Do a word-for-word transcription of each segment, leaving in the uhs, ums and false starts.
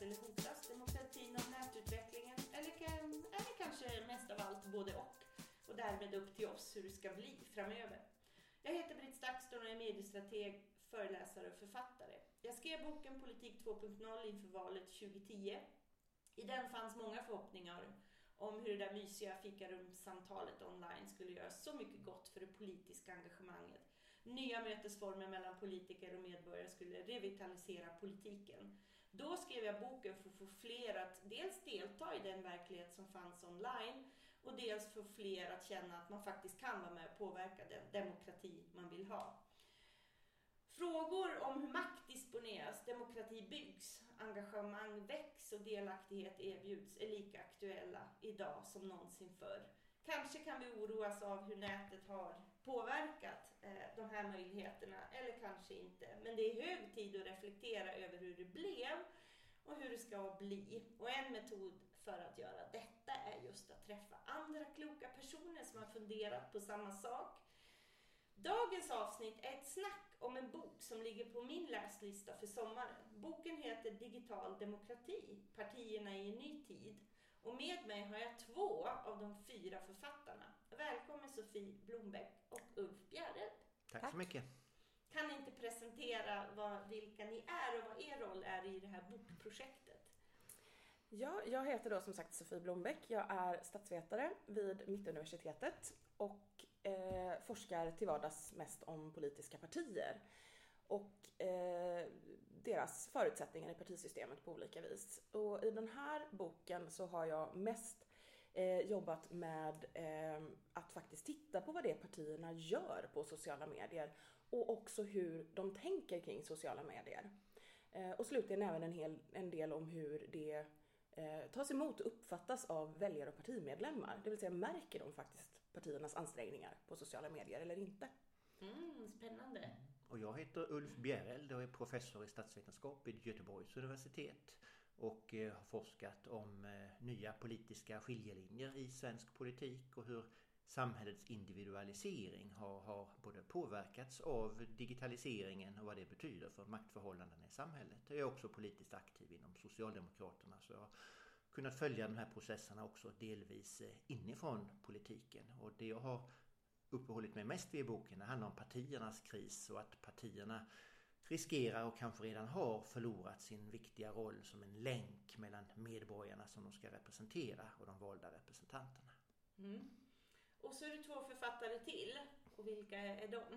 eller hotas demokratin av nätutvecklingen? Eller, kan, eller kanske mest av allt både och. Och därmed upp till oss hur det ska bli framöver. Jag heter Britt Stakston och är mediestrateg, föreläsare och författare. Jag skrev boken Politik två punkt noll inför valet tjugohundratio. I den fanns många förhoppningar om hur det där mysiga fikarumssamtalet online skulle göra så mycket gott för det politiska engagemanget. Nya mötesformer mellan politiker och medborgare skulle revitalisera politiken. Då skrev jag boken för att få fler att dels delta i den verklighet som fanns online och dels få fler att känna att man faktiskt kan vara med och påverka den demokrati man vill ha. Frågor om hur makt disponeras, demokrati byggs, engagemang väcks och delaktighet erbjuds är lika aktuella idag som någonsin förr. Kanske kan vi oroas av hur nätet har påverkat eh, de här möjligheterna, eller kanske inte. Men det är hög tid att reflektera över hur det blev och hur det ska bli. Och en metod för att göra detta är just att träffa andra kloka personer som har funderat på samma sak. Dagens avsnitt är ett snack om en bok som ligger på min läslista för sommaren. Boken heter Digital demokrati, partierna i en ny tid. Och med mig har jag två av de fyra författarna. Välkommen Sofie Blombeck och Ulf Bjereld. Tack, Tack så mycket. Kan ni inte presentera vad, vilka ni är och vad er roll är i det här bokprojektet? Ja, jag heter då som sagt Sofie Blombeck. Jag är statsvetare vid Mittuniversitetet och eh, forskar till vardags mest om politiska partier och eh, deras förutsättningar i partisystemet på olika vis. Och i den här boken så har jag mest eh, jobbat med eh, att faktiskt titta på vad det partierna gör på sociala medier och också hur de tänker kring sociala medier. Eh, och slutligen även en, hel, en del om hur det eh, tas emot och uppfattas av väljare och partimedlemmar. Det vill säga, märker de faktiskt partiernas ansträngningar på sociala medier eller inte? Mm, spännande. Och jag heter Ulf Bjereld och är professor i statsvetenskap vid Göteborgs universitet och har forskat om nya politiska skiljelinjer i svensk politik och hur samhällets individualisering har, har både påverkats av digitaliseringen och vad det betyder för maktförhållandena i samhället. Jag är också politiskt aktiv inom Socialdemokraterna, så jag har kunnat följa de här processerna också delvis inifrån politiken. Och det jag har uppehållit mig mest vid i boken handlar om partiernas kris och att partierna riskerar och kanske redan har förlorat sin viktiga roll som en länk mellan medborgarna som de ska representera och de valda representanterna. Mm. Och så är det två författare till. Och vilka är de?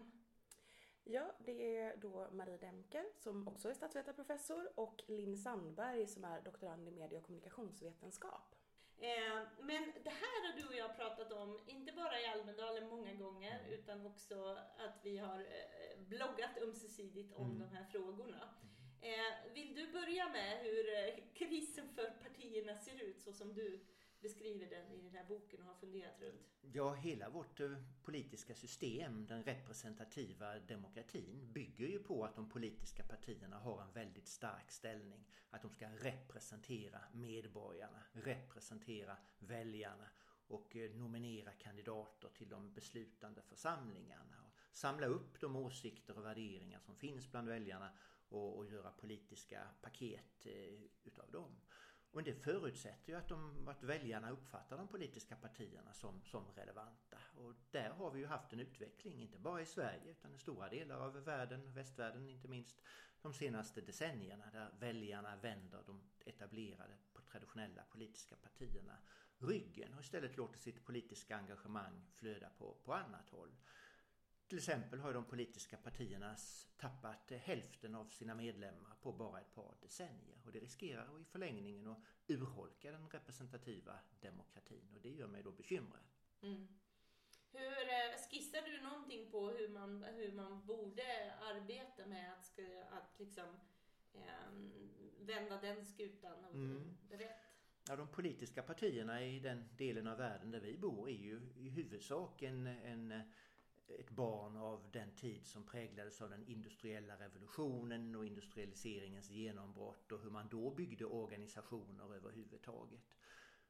Ja, det är då Marie Demker som också är statsvetarprofessor och Linn Sandberg som är doktorand i medie- och kommunikationsvetenskap. Eh, men det här har du och jag pratat om, inte bara i Almedalen många gånger, utan också att vi har eh, bloggat ömsesidigt om mm. de här frågorna. Eh, vill du börja med hur eh, krisen för partierna ser ut så som du beskriver den i den här boken och har funderat runt? Ja, hela vårt politiska system, den representativa demokratin, bygger ju på att de politiska partierna har en väldigt stark ställning. Att de ska representera medborgarna, representera väljarna och nominera kandidater till de beslutande församlingarna. Och samla upp de åsikter och värderingar som finns bland väljarna och, och göra politiska paket eh, utav dem. Och det förutsätter ju att, de, att väljarna uppfattar de politiska partierna som, som relevanta. Och där har vi ju haft en utveckling, inte bara i Sverige utan i stora delar av världen, västvärlden inte minst, de senaste decennierna, där väljarna vänder de etablerade på traditionella politiska partierna ryggen och istället låter sitt politiska engagemang flöda på, på annat håll. Till exempel har de politiska partierna tappat hälften av sina medlemmar på bara ett par decennier. Och det riskerar i förlängningen att urholka den representativa demokratin. Och det gör mig då bekymrad. Mm. Hur, skissar du någonting på hur man, hur man borde arbeta med att, ska, att liksom, eh, vända den skutan och mm. rätt? Ja, de politiska partierna i den delen av världen där vi bor är ju i huvudsak en... en ett barn av den tid som präglades av den industriella revolutionen och industrialiseringens genombrott och hur man då byggde organisationer överhuvudtaget.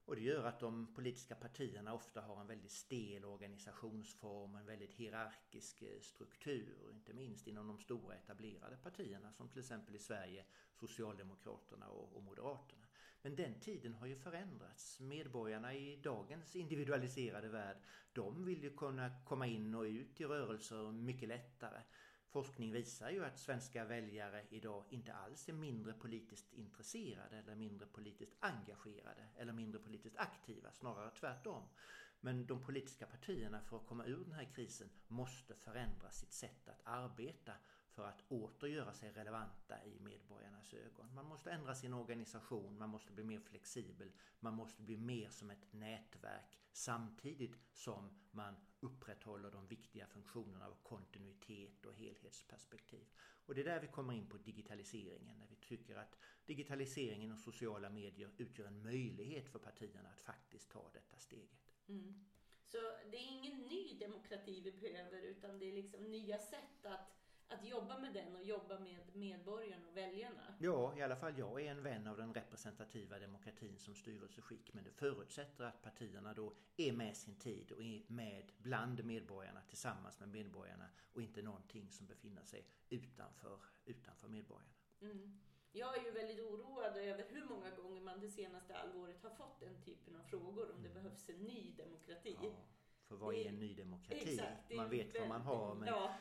Och det gör att de politiska partierna ofta har en väldigt stel organisationsform, en väldigt hierarkisk struktur, inte minst inom de stora etablerade partierna som till exempel i Sverige Socialdemokraterna och, och Moderaterna. Men den tiden har ju förändrats. Medborgarna i dagens individualiserade värld, de vill ju kunna komma in och ut i rörelser mycket lättare. Forskning visar ju att svenska väljare idag inte alls är mindre politiskt intresserade eller mindre politiskt engagerade eller mindre politiskt aktiva, snarare tvärtom. Men de politiska partierna för att komma ur den här krisen måste förändra sitt sätt att arbeta för att åter göra sig relevanta i medborgarnas ögon. Man måste ändra sin organisation, man måste bli mer flexibel, man måste bli mer som ett nätverk samtidigt som man upprätthåller de viktiga funktionerna av kontinuitet och helhetsperspektiv. Och det är där vi kommer in på digitaliseringen, när vi tycker att digitaliseringen och sociala medier utgör en möjlighet för partierna att faktiskt ta detta steget. Mm. Så det är ingen ny demokrati vi behöver, utan det är liksom nya sätt att Att jobba med den och jobba med medborgarna och väljarna. Ja, i alla fall jag är en vän av den representativa demokratin som styrelseskick. Men det förutsätter att partierna då är med sin tid och är med bland medborgarna, tillsammans med medborgarna. Och inte någonting som befinner sig utanför, utanför medborgarna. Mm. Jag är ju väldigt oroad över hur många gånger man det senaste halvåret har fått den typen av frågor. Om det mm. behövs en ny demokrati. Ja, för vad är en ny demokrati? Exakt, man vet vad man har, men... Ja.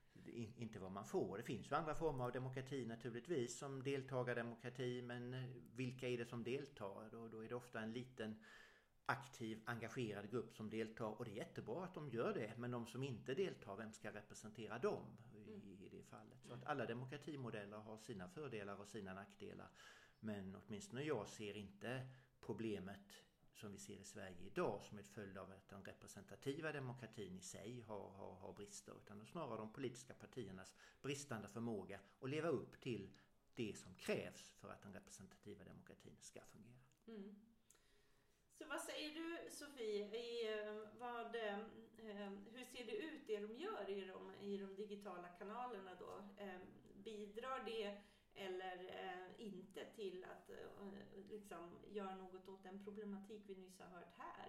Inte vad man får. Det finns ju andra former av demokrati naturligtvis, som deltagardemokrati, men vilka är det som deltar? Då, då är det ofta en liten aktiv, engagerad grupp som deltar, och det är jättebra att de gör det, men de som inte deltar, vem ska representera dem i, i det fallet? Så att alla demokratimodeller har sina fördelar och sina nackdelar, men åtminstone jag ser inte problemet som vi ser i Sverige idag som ett följd av att den representativa demokratin i sig har, har, har brister, utan snarare de politiska partiernas bristande förmåga att leva upp till det som krävs för att den representativa demokratin ska fungera. Mm. Så vad säger du, Sofie, i, vad, eh, hur ser det ut det de gör i de, i de digitala kanalerna då? Eh, bidrar det eller eh, inte till att eh, liksom göra något åt den problematik vi nyss har hört här?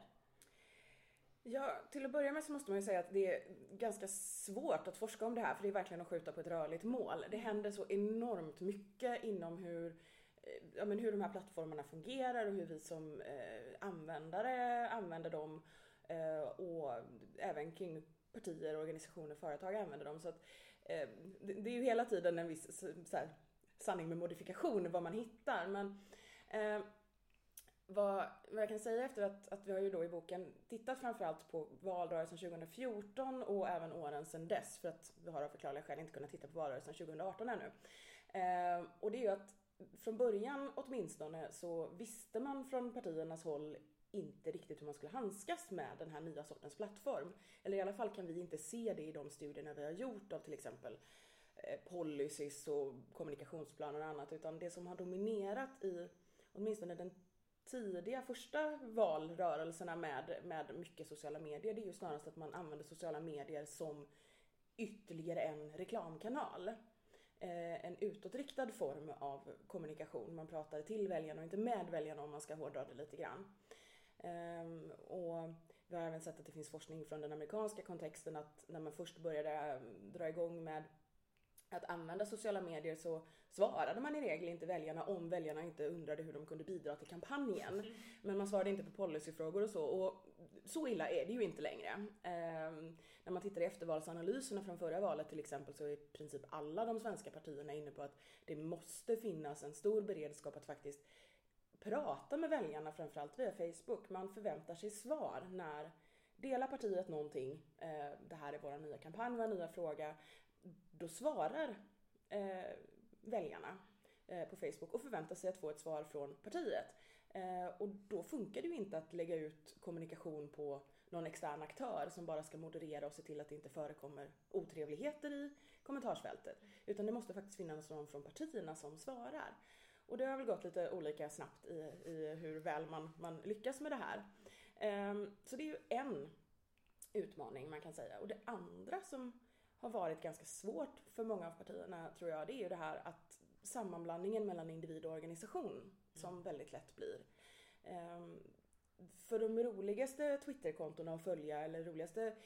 Ja, till att börja med så måste man ju säga att det är ganska svårt att forska om det här, för det är verkligen att skjuta på ett rörligt mål. Det händer så enormt mycket inom hur, ja, men hur de här plattformarna fungerar och hur vi som eh, användare använder dem eh, och även kring partier, organisationer, företag använder dem. Så att, eh, det, det är ju hela tiden en viss så här, sanning med modifikation vad man hittar, men eh, vad, vad jag kan säga efter att, att vi har ju då i boken tittat framförallt på valrörelsen tjugo fjorton och även åren sedan dess, för att vi har av förklarliga skäl inte kunnat titta på valrörelsen tjugo arton ännu. Eh, och det är ju att från början åtminstone så visste man från partiernas håll inte riktigt hur man skulle handskas med den här nya sortens plattform. Eller i alla fall kan vi inte se det i de studierna vi har gjort av till exempel policies och kommunikationsplaner och annat, utan det som har dominerat i åtminstone den tidiga första valrörelserna med, med mycket sociala medier, det är ju snarast att man använder sociala medier som ytterligare en reklamkanal. Eh, en utåtriktad form av kommunikation. Man pratar till väljarna och inte med väljarna, om man ska hårdra det lite grann. Eh, och vi har även sett att det finns forskning från den amerikanska kontexten att när man först började dra igång med att använda sociala medier så svarade man i regel inte väljarna om väljarna inte undrade hur de kunde bidra till kampanjen. Mm. Men man svarade inte på policyfrågor och så. Och så illa är det ju inte längre. Eh, när man tittar i eftervalsanalyserna från förra valet till exempel, så är i princip alla de svenska partierna inne på att det måste finnas en stor beredskap att faktiskt prata med väljarna, framförallt via Facebook. Man förväntar sig svar när delar partiet någonting, eh, det här är vår nya kampanj, vår nya fråga, då svarar eh, väljarna eh, på Facebook och förväntar sig att få ett svar från partiet. Eh, och då funkar det ju inte att lägga ut kommunikation på någon extern aktör som bara ska moderera och se till att det inte förekommer otrevligheter i kommentarsfältet. Utan det måste faktiskt finnas någon från partierna som svarar. Och det har väl gått lite olika snabbt i, i hur väl man, man lyckas med det här. Eh, så det är ju en utmaning man kan säga. Och det andra som har varit ganska svårt för många av partierna, tror jag, det är ju det här att sammanblandningen mellan individ och organisation som väldigt lätt blir. för de roligaste Twitterkontona att följa eller roligaste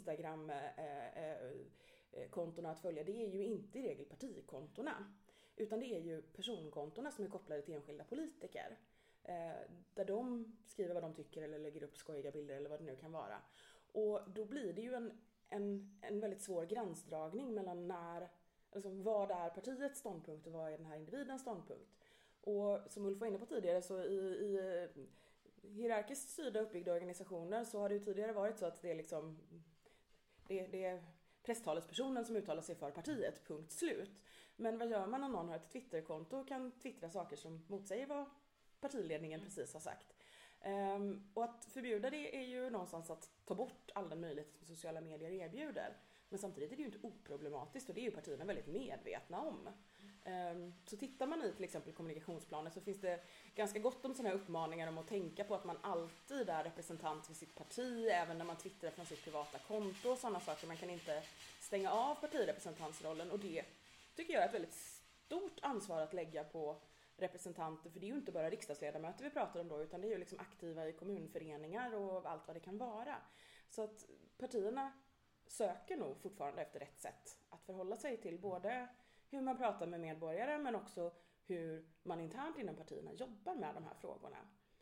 Instagram-kontona att följa, det är ju inte i regel partikontona. Utan det är ju personkontona som är kopplade till enskilda politiker. Där de skriver vad de tycker eller lägger upp skojiga bilder eller vad det nu kan vara. Och då blir det ju en, en, en väldigt svår gränsdragning mellan när, alltså vad är partiets ståndpunkt och vad är den här individens ståndpunkt. Och som Ulf var inne på tidigare, så i, i hierarkiskt styrda uppbyggda organisationer så har det ju tidigare varit så att det är liksom det, det är presstalespersonen som uttalar sig för partiet, punkt slut. Men vad gör man om någon har ett Twitterkonto och kan twittra saker som motsäger vad partiledningen mm. precis har sagt? Um, och att förbjuda det är ju någonstans att ta bort all den möjlighet som sociala medier erbjuder. Men samtidigt är det ju inte oproblematiskt och det är ju partierna väldigt medvetna om. Um, så tittar man i till exempel kommunikationsplaner så finns det ganska gott om sådana här uppmaningar om att tänka på att man alltid är representant för sitt parti, även när man twittrar från sitt privata konto och sådana saker. Man kan inte stänga av partirepresentantsrollen och det tycker jag är ett väldigt stort ansvar att lägga på representanter, för det är ju inte bara riksdagsledamöter vi pratar om då, utan det är ju liksom aktiva i kommunföreningar och allt vad det kan vara. Så att partierna söker nog fortfarande efter rätt sätt att förhålla sig till både hur man pratar med medborgare men också hur man internt inom partierna jobbar med de här frågorna.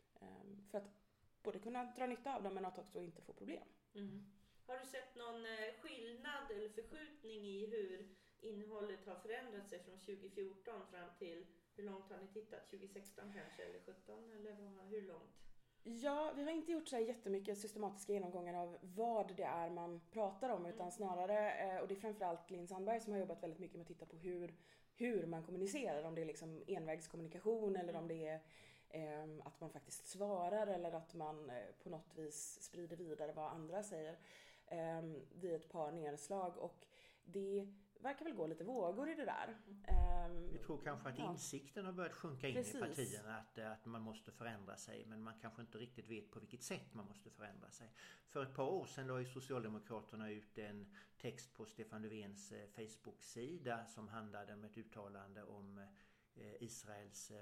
För att både kunna dra nytta av dem men att också inte få problem. Mm. Har du sett någon skillnad eller förskjutning i hur innehållet har förändrat sig från tjugo fjorton fram till, hur långt har ni tittat? tjugo sexton kanske eller sjutton eller vad, hur långt? Ja, vi har inte gjort så här jättemycket systematiska genomgångar av vad det är man pratar om, utan snarare, och det är framförallt Linn Sandberg som har jobbat väldigt mycket med att titta på hur, hur man kommunicerar, om det är liksom envägskommunikation eller om det är eh, att man faktiskt svarar eller att man eh, på något vis sprider vidare vad andra säger eh, vid ett par nedslag, och det verkar väl gå lite vågor i det där. Vi tror kanske att ja. insikten har börjat sjunka in Precis. i partierna, att, att man måste förändra sig, men man kanske inte riktigt vet på vilket sätt man måste förändra sig. För ett par år sedan la ju Socialdemokraterna ut en text på Stefan Löfvens Facebook-sida som handlade om ett uttalande om Israels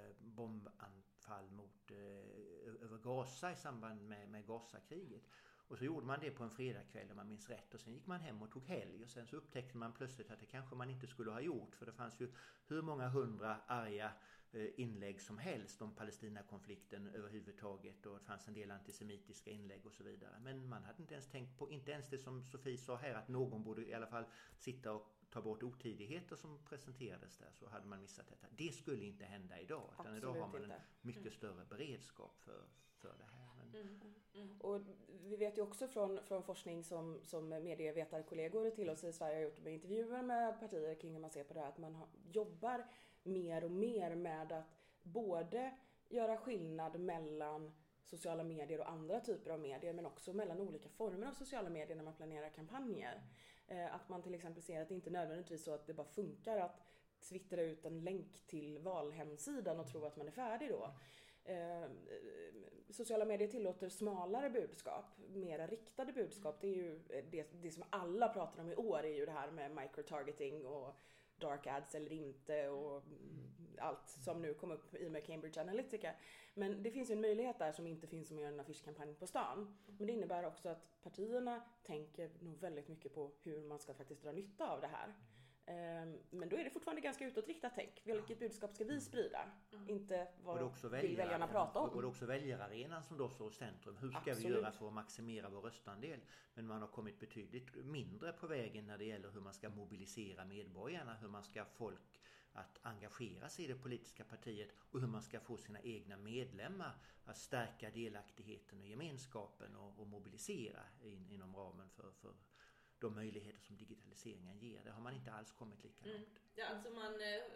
bombanfall mot, över Gaza i samband med, med Gaza-kriget. Och så gjorde man det på en fredagkväll om man minns rätt, och sen gick man hem och tog helg, och sen så upptäckte man plötsligt att det kanske man inte skulle ha gjort, för det fanns ju hur många hundra arga inlägg som helst om Palestina-konflikten överhuvudtaget, och det fanns en del antisemitiska inlägg och så vidare. Men man hade inte ens tänkt på, inte ens det som Sofie sa här, att någon borde i alla fall sitta och ta bort otidigheter som presenterades där, så hade man missat detta. Det skulle inte hända idag, utan Absolut idag har man inte. en mycket mm. större beredskap för, för det här. Men... Mm. Mm. Och vi vet ju också från, från forskning som, som medievetarkollegor till oss i Sverige har gjort med intervjuer med partier kring hur man ser på det här, att man har, jobbar mer och mer med att både göra skillnad mellan sociala medier och andra typer av medier, men också mellan olika former av sociala medier när man planerar kampanjer. Eh, att man till exempel ser att det inte nödvändigtvis så att det bara funkar att twittra ut en länk till valhemsidan och tro att man är färdig då. Eh, sociala medier tillåter smalare budskap, mera riktade budskap. Det är ju det, det som alla pratar om i år, är ju det här med microtargeting och dark ads eller inte och allt som nu kom upp i med Cambridge Analytica. Men det finns ju en möjlighet där som inte finns om man gör en affischkampanj på stan. Men det innebär också att partierna tänker nog väldigt mycket på hur man ska faktiskt dra nytta av det här. Men då är det fortfarande ganska utåtriktat tänk. Vilket budskap ska vi sprida? Mm. Inte vad vill väljarna prata om. Och det är också väljararenan som då står i centrum. Hur ska Absolut. vi göra för att maximera vår röstandel? Men man har kommit betydligt mindre på vägen när det gäller hur man ska mobilisera medborgarna. Hur man ska folk att engagera sig i det politiska partiet och hur man ska få sina egna medlemmar att stärka delaktigheten och gemenskapen och, och mobilisera in, inom ramen för, för de möjligheter som digitaliseringen ger. Det har man inte alls kommit lika långt. Mm. Ja, alltså man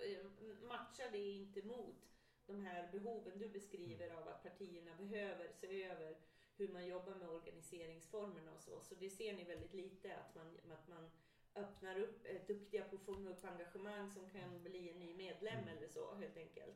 eh, matchar det inte mot de här behoven du beskriver av att partierna behöver se över hur man jobbar med organiseringsformerna och så. Så det ser ni väldigt lite, att man, att man öppnar upp, är duktiga på att fånga upp engagemang som kan bli en ny medlem mm. eller så helt enkelt.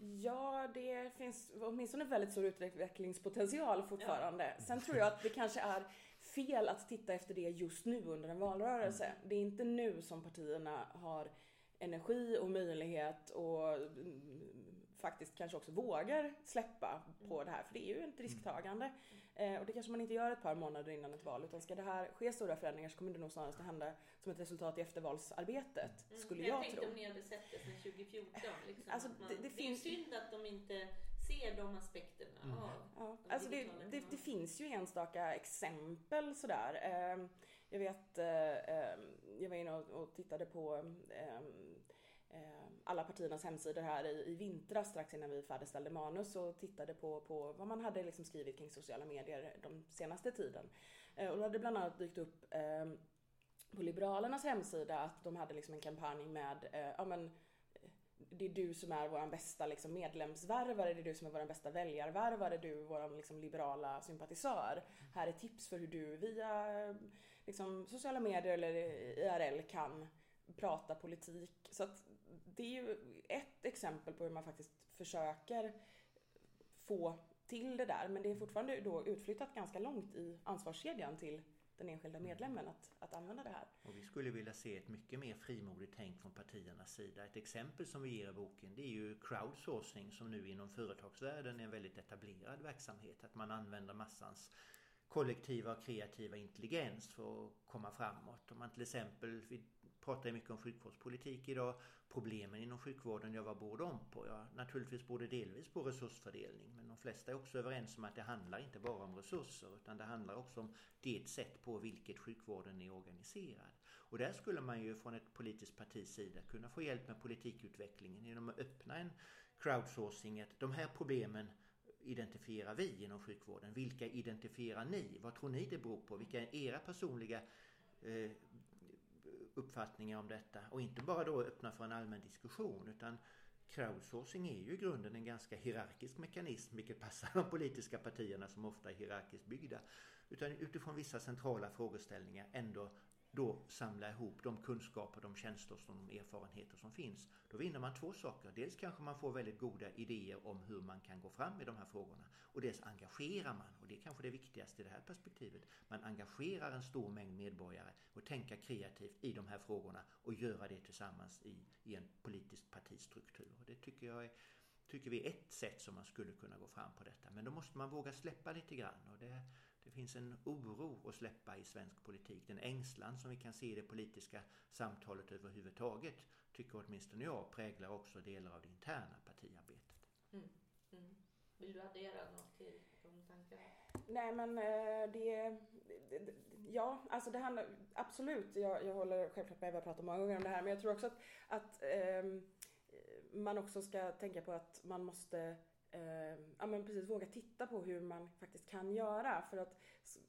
Ja, det finns åtminstone väldigt stor utvecklingspotential fortfarande. Ja. Sen tror jag att det kanske är fel att titta efter det just nu under en valrörelse. Mm. Det är inte nu som partierna har energi och möjlighet och faktiskt kanske också vågar släppa på det här, för det är ju ett risktagande. Eh, och det kanske man inte gör ett par månader innan ett val, utan ska det här ske stora förändringar så kommer det nog snarast att hända som ett resultat i eftervalsarbetet, Mm. skulle jag, jag, jag tänkte tro. om ni hade sett det sedan tjugo fjorton. Liksom, Alltså, att man, det, det, det finns... är synd att de inte ser de aspekterna Mm. av Ja, de alltså det, digitala det, det kanalerna. finns ju enstaka exempel sådär. Eh, jag vet, eh, jag var inne och, och tittade på eh, eh, alla partiernas hemsidor här i, i vintras strax innan vi färdigställde manus och tittade på, på vad man hade liksom skrivit kring sociala medier de senaste tiden. Eh, och då hade bland annat dykt upp eh, på Liberalernas hemsida att de hade liksom en kampanj med eh, ja men det är du som är vår bästa liksom medlemsvärvare, det är du som är vår bästa väljarvärvare, du är vår liksom liberala sympatisör. Här är tips för hur du via liksom, sociala medier eller I R L kan prata politik. Så att det är ju ett exempel på hur man faktiskt försöker få till det där, men det är fortfarande då utflyttat ganska långt i ansvarskedjan till den enskilda medlemmen att, att använda det här. Och vi skulle vilja se ett mycket mer frimodigt tänk från partiernas sida. Ett exempel som vi ger i boken, det är ju crowdsourcing som nu inom företagsvärlden är en väldigt etablerad verksamhet. Att man använder massans kollektiva och kreativa intelligens för att komma framåt. Om man till exempel, vi pratar ju mycket om sjukvårdspolitik idag, problemen inom sjukvården, jag var både om på, ja, naturligtvis både delvis på resursfördelning, men de flesta är också överens om att det handlar inte bara om resurser utan det handlar också om det sätt på vilket sjukvården är organiserad. Och där skulle man ju från ett politiskt partis sida kunna få hjälp med politikutvecklingen genom att öppna en crowdsourcing, att de här problemen identifierar vi inom sjukvården. Vilka identifierar ni? Vad tror ni det beror på? Vilka är era personliga eh, uppfattningar om detta? Och inte bara då öppna för en allmän diskussion, utan crowdsourcing är ju i grunden en ganska hierarkisk mekanism, vilket passar de politiska partierna som ofta är hierarkiskt byggda. Utan utifrån vissa centrala frågeställningar ändå då samla ihop de kunskaper, de tjänster och de erfarenheter som finns. Då vinner man två saker. Dels kanske man får väldigt goda idéer om hur man kan gå fram med de här frågorna. Och dels engagerar man, och det är kanske det viktigaste i det här perspektivet. Man engagerar en stor mängd medborgare och tänka kreativt i de här frågorna och göra det tillsammans i, i en politisk partistruktur. Och det tycker jag är, tycker vi är ett sätt som man skulle kunna gå fram på detta. Men då måste man våga släppa lite grann, och det Det finns en oro att släppa i svensk politik. Den ängslan som vi kan se i det politiska samtalet överhuvudtaget, tycker åtminstone jag, präglar också delar av det interna partiarbetet. Mm. Mm. Vill du addera något till de tankarna? Nej, men det, det ja, alltså det handlar absolut, jag, jag håller självklart med, jag har pratat många gånger om det här, men jag tror också att, att eh, man också ska tänka på att man måste Uh, ja, men precis våga titta på hur man faktiskt kan göra, för att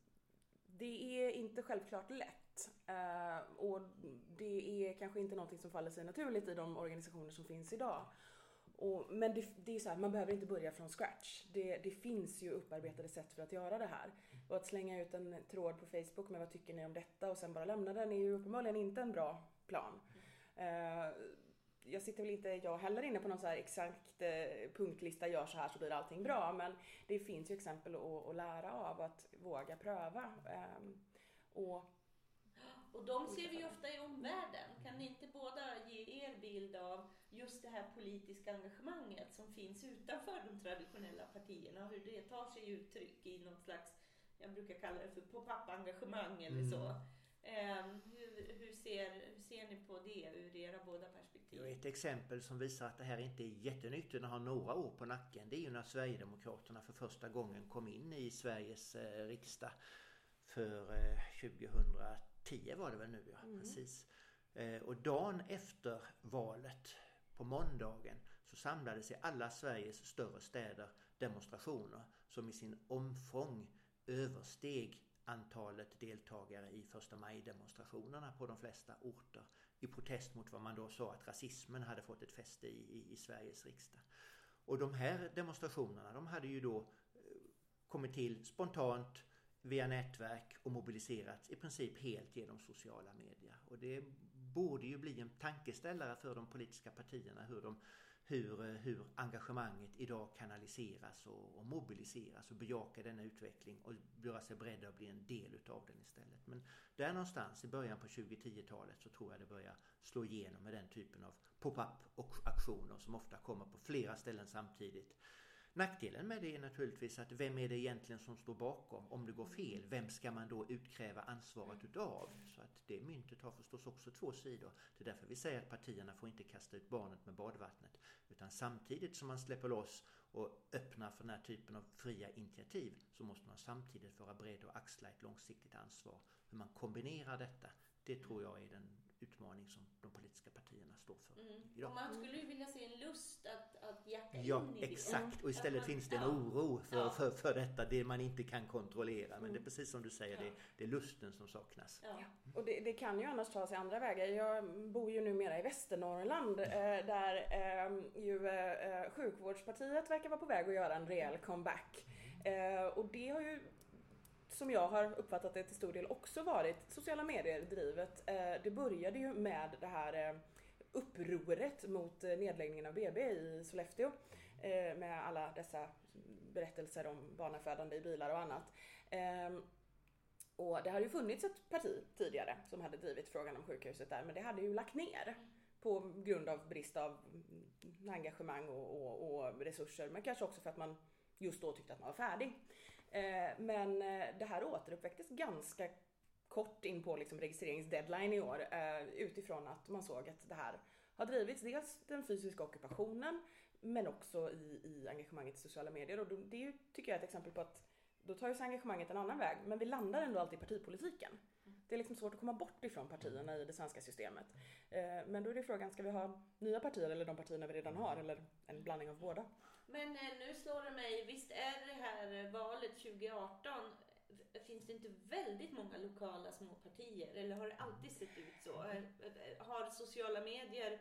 det är inte självklart lätt uh, och det är kanske inte någonting som faller sig naturligt i de organisationer som finns idag. Och, men det, det är så här, man behöver inte börja från scratch. Det, det finns ju upparbetade sätt för att göra det här. Och att slänga ut en tråd på Facebook med vad tycker ni om detta och sen bara lämna den är ju uppenbarligen inte en bra plan. Uh, Jag sitter väl inte jag heller inne på någon så här exakt eh, punktlista, gör så här så blir allting bra, men det finns ju exempel att, att lära av, att våga pröva. Eh, och, och de ser vi ju ofta i omvärlden. Kan ni inte båda ge er bild av just det här politiska engagemanget som finns utanför de traditionella partierna och hur det tar sig uttryck i något slags, jag brukar kalla det för pop-up-engagemang eller så. Mm. Um, hur, hur, ser, hur ser ni på det ur era båda perspektiv? Ett exempel som visar att det här inte är jättenytt utan har några år på nacken, det är ju när Sverigedemokraterna för första gången kom in i Sveriges eh, riksdag för eh, tjugohundratio var det väl nu, ja, mm. precis. Eh, och dagen efter valet, på måndagen, så samlades i alla Sveriges större städer demonstrationer som i sin omfång översteg antalet deltagare i första maj-demonstrationerna på de flesta orter i protest mot vad man då sa att rasismen hade fått ett fäste i, i, i Sveriges riksdag. Och de här demonstrationerna, de hade ju då kommit till spontant via nätverk och mobiliserats i princip helt genom sociala medier. Och det borde ju bli en tankeställare för de politiska partierna hur de hur, hur engagemanget idag kanaliseras och, och mobiliseras och bejaka denna utveckling och göra sig beredda att bli en del utav den istället. Men där någonstans i början på tjugo-tio-talet så tror jag det börjar slå igenom med den typen av pop-up och aktioner som ofta kommer på flera ställen samtidigt. Nackdelen med det är naturligtvis att vem är det egentligen som står bakom? Om det går fel, vem ska man då utkräva ansvaret utav? Så att det myntet har förstås också två sidor. Det är därför vi säger att partierna får inte kasta ut barnet med badvattnet. Utan samtidigt som man släpper loss och öppnar för den här typen av fria initiativ så måste man samtidigt vara beredd att axla ett långsiktigt ansvar. Hur man kombinerar detta, det tror jag är den utmaning som de politiska partierna står för Mm. idag. Och man skulle ju vilja se en lust att, att jacka Ja, in i det. exakt. Och istället man, finns det en ja. oro för, Ja. för, för detta, det man inte kan kontrollera. Men Mm. det är precis som du säger, Ja. det, det är lusten som saknas. Ja. Och det, det kan ju annars ta sig andra vägar. Jag bor ju numera i Västernorrland eh, där eh, ju eh, sjukvårdspartiet verkar vara på väg att göra en rejäl comeback. Eh, och det har ju, som jag har uppfattat det till stor del, också varit sociala medier-drivet. Eh, det började ju med det här eh, upproret mot eh, nedläggningen av B B i Sollefteå eh, med alla dessa berättelser om barnafödande i bilar och annat. Eh, och det hade ju funnits ett parti tidigare som hade drivit frågan om sjukhuset där, men det hade ju lagt ner på grund av brist av engagemang och, och, och resurser, men kanske också för att man just då tyckte att man var färdig. Eh, men eh, det här återuppväcktes ganska kort in på liksom registreringsdeadline i år eh, utifrån att man såg att det här har drivits, dels den fysiska ockupationen men också i, i engagemanget i sociala medier. Och då, det är ju, tycker jag, ett exempel på att då tar ju sig engagemanget en annan väg, men vi landar ändå alltid i partipolitiken. Det är liksom svårt att komma bort ifrån partierna i det svenska systemet. Eh, men då är det frågan, ska vi ha nya partier eller de partierna vi redan har, eller en blandning av båda? Men eh, nu slår det mig, visst är det här valet tjugo arton, finns det inte väldigt många lokala små partier? Eller har det alltid sett ut så? Har sociala medier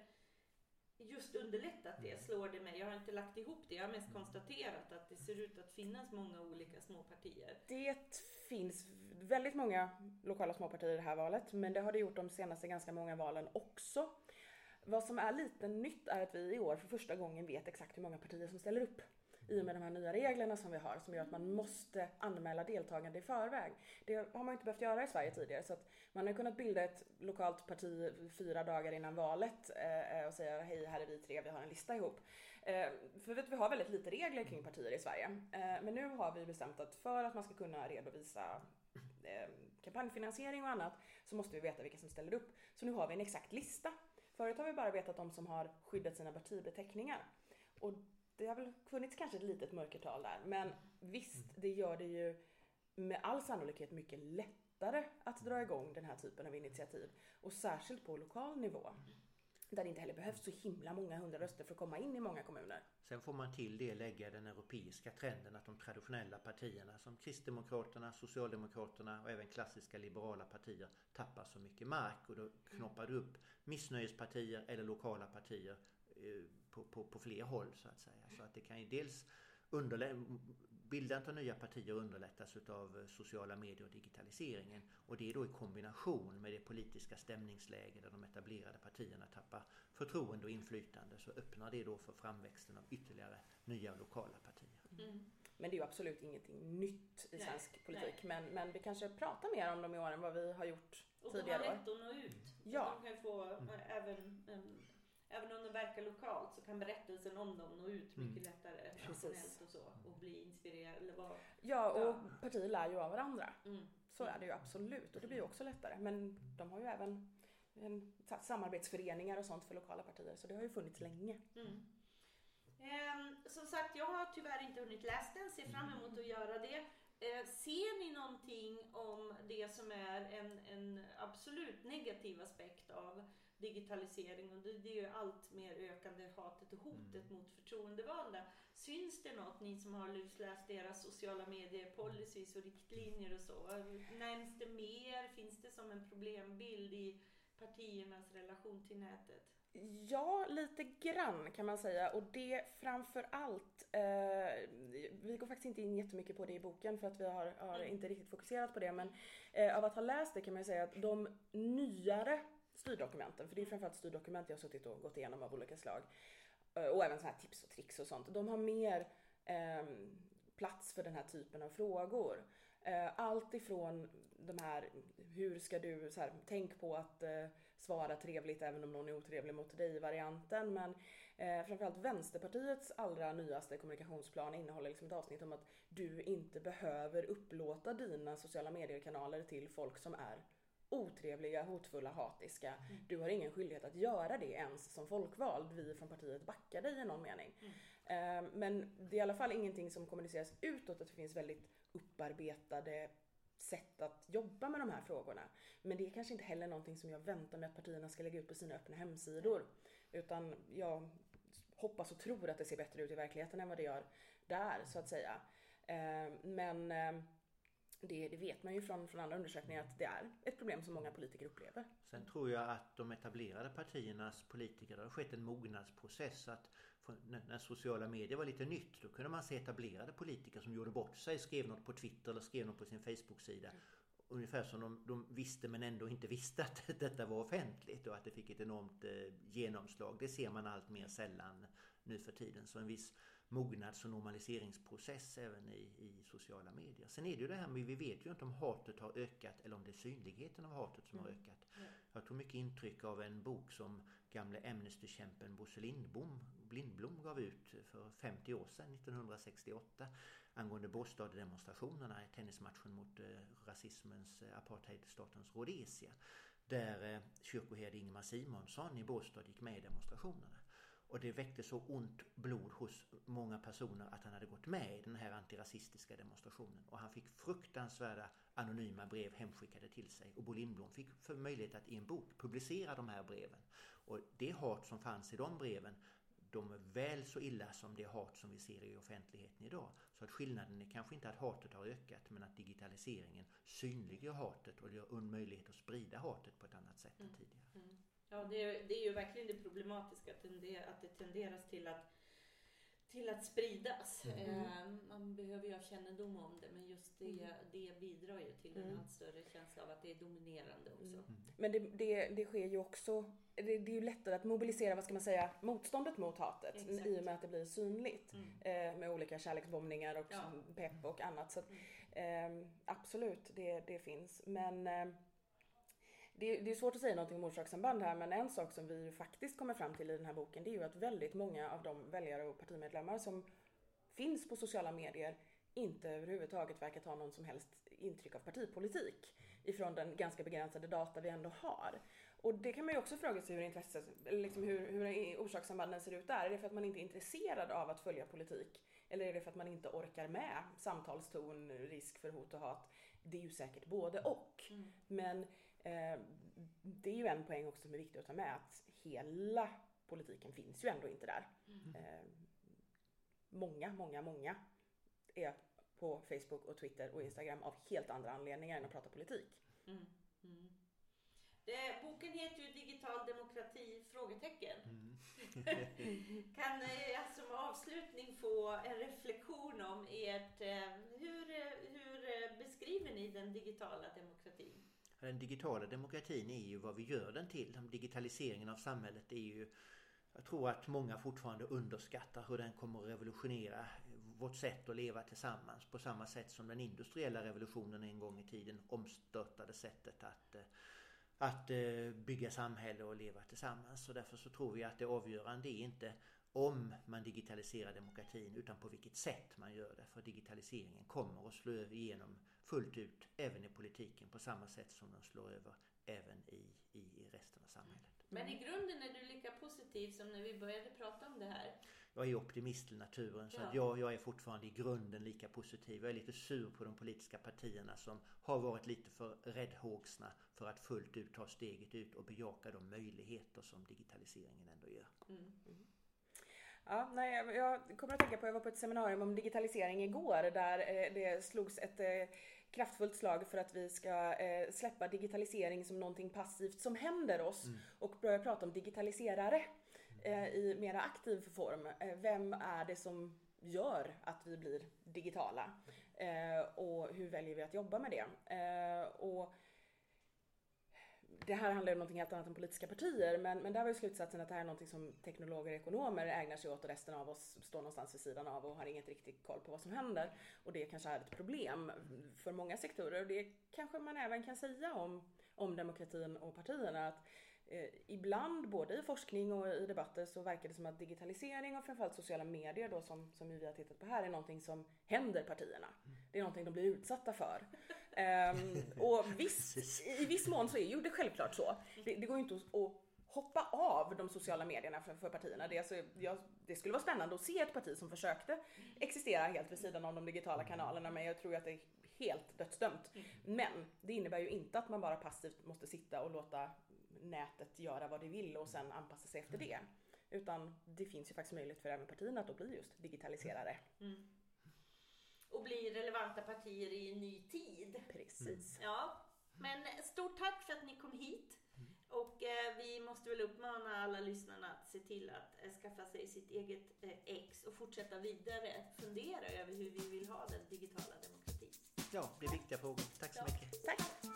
just underlättat det, slår det mig? Jag har inte lagt ihop det, jag har mest konstaterat att det ser ut att finnas många olika små partier. Det finns väldigt många lokala småpartier i det här valet, men det har det gjort de senaste ganska många valen också. Vad som är lite nytt är att vi i år för första gången vet exakt hur många partier som ställer upp i och med de här nya reglerna som vi har, som gör att man måste anmäla deltagande i förväg. Det har man inte behövt göra i Sverige tidigare, så att man har kunnat bilda ett lokalt parti fyra dagar innan valet eh, och säga hej, här är vi tre, vi har en lista ihop. Eh, för vet, vi har väldigt lite regler kring partier i Sverige, eh, men nu har vi bestämt att för att man ska kunna redovisa eh, kampanjfinansiering och annat så måste vi veta vilka som ställer upp. Så nu har vi en exakt lista. Förut har vi bara vetat de som har skyddat sina partibeteckningar. Och det har väl funnits kanske ett litet mörkertal där. Men visst, det gör det ju med all sannolikhet mycket lättare att dra igång den här typen av initiativ. Och särskilt på lokal nivå. Där det inte heller behövs så himla många hundra röster för att komma in i många kommuner. Sen får man till det lägga den europeiska trenden att de traditionella partierna som Kristdemokraterna, Socialdemokraterna och även klassiska liberala partier tappar så mycket mark. Och då knoppar det upp missnöjespartier eller lokala partier eh, på, på, på fler håll så att säga. Så att det kan ju dels underlätta, bildandet av nya partier underlättas av sociala medier och digitaliseringen. Och det är då i kombination med det politiska stämningsläge där de etablerade partierna tappar förtroende och inflytande, så öppnar det då för framväxten av ytterligare nya lokala partier. Mm. Men det är ju absolut ingenting nytt i Nej, svensk politik. nej. Men, men vi kanske pratar mer om dem i år än vad vi har gjort Och de har tidigare år. lätt att nå ut. Ja. Så de kan få, mm. även, um, även om de verkar lokalt så kan berättelsen om dem nå ut mycket Mm. lättare Precis. nationellt och så. Och bli inspirerad eller vad. Ja, och Ja. partier lär ju av varandra. Mm. Så är det ju absolut. Och det blir ju också lättare. Men de har ju även en, samarbetsföreningar och sånt för lokala partier. Så det har ju funnits länge. Mm. Ehm, som sagt, jag har tyvärr inte hunnit läsa den, ser fram emot att göra det. Eh, ser ni någonting om det som är en, en absolut negativ aspekt av digitalisering? Och det, det är ju allt mer ökande hatet och hotet Mm. mot förtroendevalda. Syns det något, ni som har lusläst deras sociala medier, policies och riktlinjer och så? Nämns det mer? Finns det som en problembild i partiernas relation till nätet? Ja, lite grann kan man säga. Och det framför allt, eh, vi går faktiskt inte in jättemycket på det i boken för att vi har, har Mm. inte riktigt fokuserat på det. Men eh, av att ha läst det kan man ju säga att de nyare styrdokumenten, för det är framförallt styrdokument jag har suttit och gått igenom av olika slag, och även så här tips och tricks och sånt. De har mer eh, plats för den här typen av frågor. Eh, allt ifrån de här, hur ska du, så här, tänk på att eh, svara trevligt även om någon är otrevlig mot dig-varianten. Men eh, framförallt Vänsterpartiets allra nyaste kommunikationsplan innehåller liksom ett avsnitt om att du inte behöver upplåta dina sociala medier-kanaler till folk som är otrevliga, hotfulla, hatiska. Mm. Du har ingen skyldighet att göra det ens som folkvald. Vi från partiet backar dig i någon mening. Mm. Eh, men det är i alla fall ingenting som kommuniceras utåt, att det finns väldigt upparbetade sätt att jobba med de här frågorna. Men det är kanske inte heller någonting som jag väntar mig att partierna ska lägga ut på sina öppna hemsidor. Utan jag hoppas och tror att det ser bättre ut i verkligheten än vad det gör där, så att säga. Men det, det vet man ju från, från andra undersökningar att det är ett problem som många politiker upplever. Sen tror jag att de etablerade partiernas politiker, det har skett en mognadsprocess, att när sociala medier var lite nytt, då kunde man se etablerade politiker som gjorde bort sig, skrev något på Twitter eller skrev något på sin Facebook-sida. Mm. Ungefär som de, de visste men ändå inte visste att detta var offentligt och att det fick ett enormt eh, genomslag. Det ser man allt mer sällan nu för tiden. Så en viss mognads- och normaliseringsprocess även i, i sociala medier. Sen är det ju det här med, vi vet ju inte om hatet har ökat eller om det är synligheten av hatet som mm. har ökat. Mm. Jag tog mycket intryck av en bok som gamle Amnesty-kämpen Bosse Lindblom, Lindblom gav ut för femtio år sedan, nittonhundrasextioåtta, angående Båstad-demonstrationerna i tennismatchen mot eh, rasismens eh, apartheidstatens Rhodesia, där eh, kyrkoherde Ingemar Simonsson i Båstad gick med i demonstrationerna. Och det väckte så ont blod hos många personer att han hade gått med i den här antirasistiska demonstrationen. Och han fick fruktansvärda anonyma brev hemskickade till sig. Och Bo Lindblom fick för möjlighet att i en bok publicera de här breven. Och det hat som fanns i de breven, de är väl så illa som det hat som vi ser i offentligheten idag. Så att skillnaden är kanske inte att hatet har ökat, men att digitaliseringen synliggör hatet och gör en möjlighet att sprida hatet på ett annat sätt mm. än tidigare. Mm. Ja, det är, det är ju verkligen det problematiska att det, att det tenderas till att, till att spridas. Mm. Eh, man behöver ju ha kännedom om det, men just det, mm. det bidrar ju till en mm. allt större känsla av att det är dominerande också. Mm. Men det, det, det sker ju också, det, det är ju lättare att mobilisera, vad ska man säga, motståndet mot hatet. Exakt. I och med att det blir synligt mm. eh, med olika kärleksbombningar och ja. pepp och annat. Så att, eh, absolut, det, det finns. Men eh, Det är, det är svårt att säga någonting om orsakssamband här, men en sak som vi faktiskt kommer fram till i den här boken, det är ju att väldigt många av de väljare och partimedlemmar som finns på sociala medier inte överhuvudtaget verkar ta någon som helst intryck av partipolitik ifrån den ganska begränsade data vi ändå har. Och det kan man ju också fråga sig hur, intresse, liksom hur, hur orsakssambanden ser ut där. Är det för att man inte är intresserad av att följa politik? Eller är det för att man inte orkar med samtalston, risk för hot och hat? Det är ju säkert både och. Mm. Men Eh, det är ju en poäng också som är viktig att ta med, att hela politiken finns ju ändå inte där. Mm. Eh, många, många, många är på Facebook och Twitter och Instagram av helt andra anledningar än att prata politik. Mm. Mm. Det, boken heter ju Digital demokrati? Frågetecken. Mm. Kan jag som avslutning få en reflektion om ert, hur, hur beskriver ni den digitala demokratin? Den digitala demokratin är ju vad vi gör den till. Digitaliseringen av samhället är ju, jag tror att många fortfarande underskattar hur den kommer att revolutionera vårt sätt att leva tillsammans. På samma sätt som den industriella revolutionen en gång i tiden omstörtade sättet att, att bygga samhälle och leva tillsammans. Så därför så tror vi att det avgörande är inte om man digitaliserar demokratin, utan på vilket sätt man gör det. För digitaliseringen kommer att slå igenom fullt ut även i politiken på samma sätt som den slår över även i, i resten av samhället. Men i grunden är du lika positiv som när vi började prata om det här? Jag är optimist i naturen, så ja. att jag, jag är fortfarande i grunden lika positiv. Jag är lite sur på de politiska partierna som har varit lite för räddhågsna för att fullt ut ta steget ut och bejaka de möjligheter som digitaliseringen ändå gör. Mm. Mm. Ja, nej, jag kommer att tänka på, jag var på ett seminarium om digitalisering igår där eh, det slogs ett eh, kraftfullt slag för att vi ska eh, släppa digitalisering som någonting passivt som händer oss mm. och börja prata om digitaliserare eh, i mera aktiv form. Eh, vem är det som gör att vi blir digitala? Eh, och hur väljer vi att jobba med det? Eh, och det här handlar ju om något helt annat än politiska partier, men, men där var ju slutsatsen att det här är något som teknologer och ekonomer ägnar sig åt och resten av oss står någonstans vid sidan av och har inget riktigt koll på vad som händer. Och det kanske är ett problem för många sektorer, och det kanske man även kan säga om, om demokratin och partierna, att eh, ibland både i forskning och i debatter så verkar det som att digitalisering och framförallt sociala medier då, som, som vi har tittat på här, är någonting som händer partierna. Det är någonting de blir utsatta för. Um, och viss, i viss mån så är ju det självklart så. Det, det går ju inte att, att hoppa av de sociala medierna för, för partierna. Det, alltså, jag, det skulle vara spännande att se ett parti som försökte existera helt vid sidan av de digitala kanalerna, men jag tror att det är helt dödsdömt. Men det innebär ju inte att man bara passivt måste sitta och låta nätet göra vad det vill och sen anpassa sig efter det. Utan det finns ju faktiskt möjlighet för även partierna att då bli just digitaliserade. Mm. Och bli relevanta partier i en ny tid. Precis. Ja, men stort tack för att ni kom hit. Och eh, vi måste väl uppmana alla lyssnarna att se till att eh, skaffa sig sitt eget eh, ex och fortsätta vidare fundera över hur vi vill ha den digitala demokratin. Ja, det är viktiga frågor. Tack så Ja. mycket. Tack.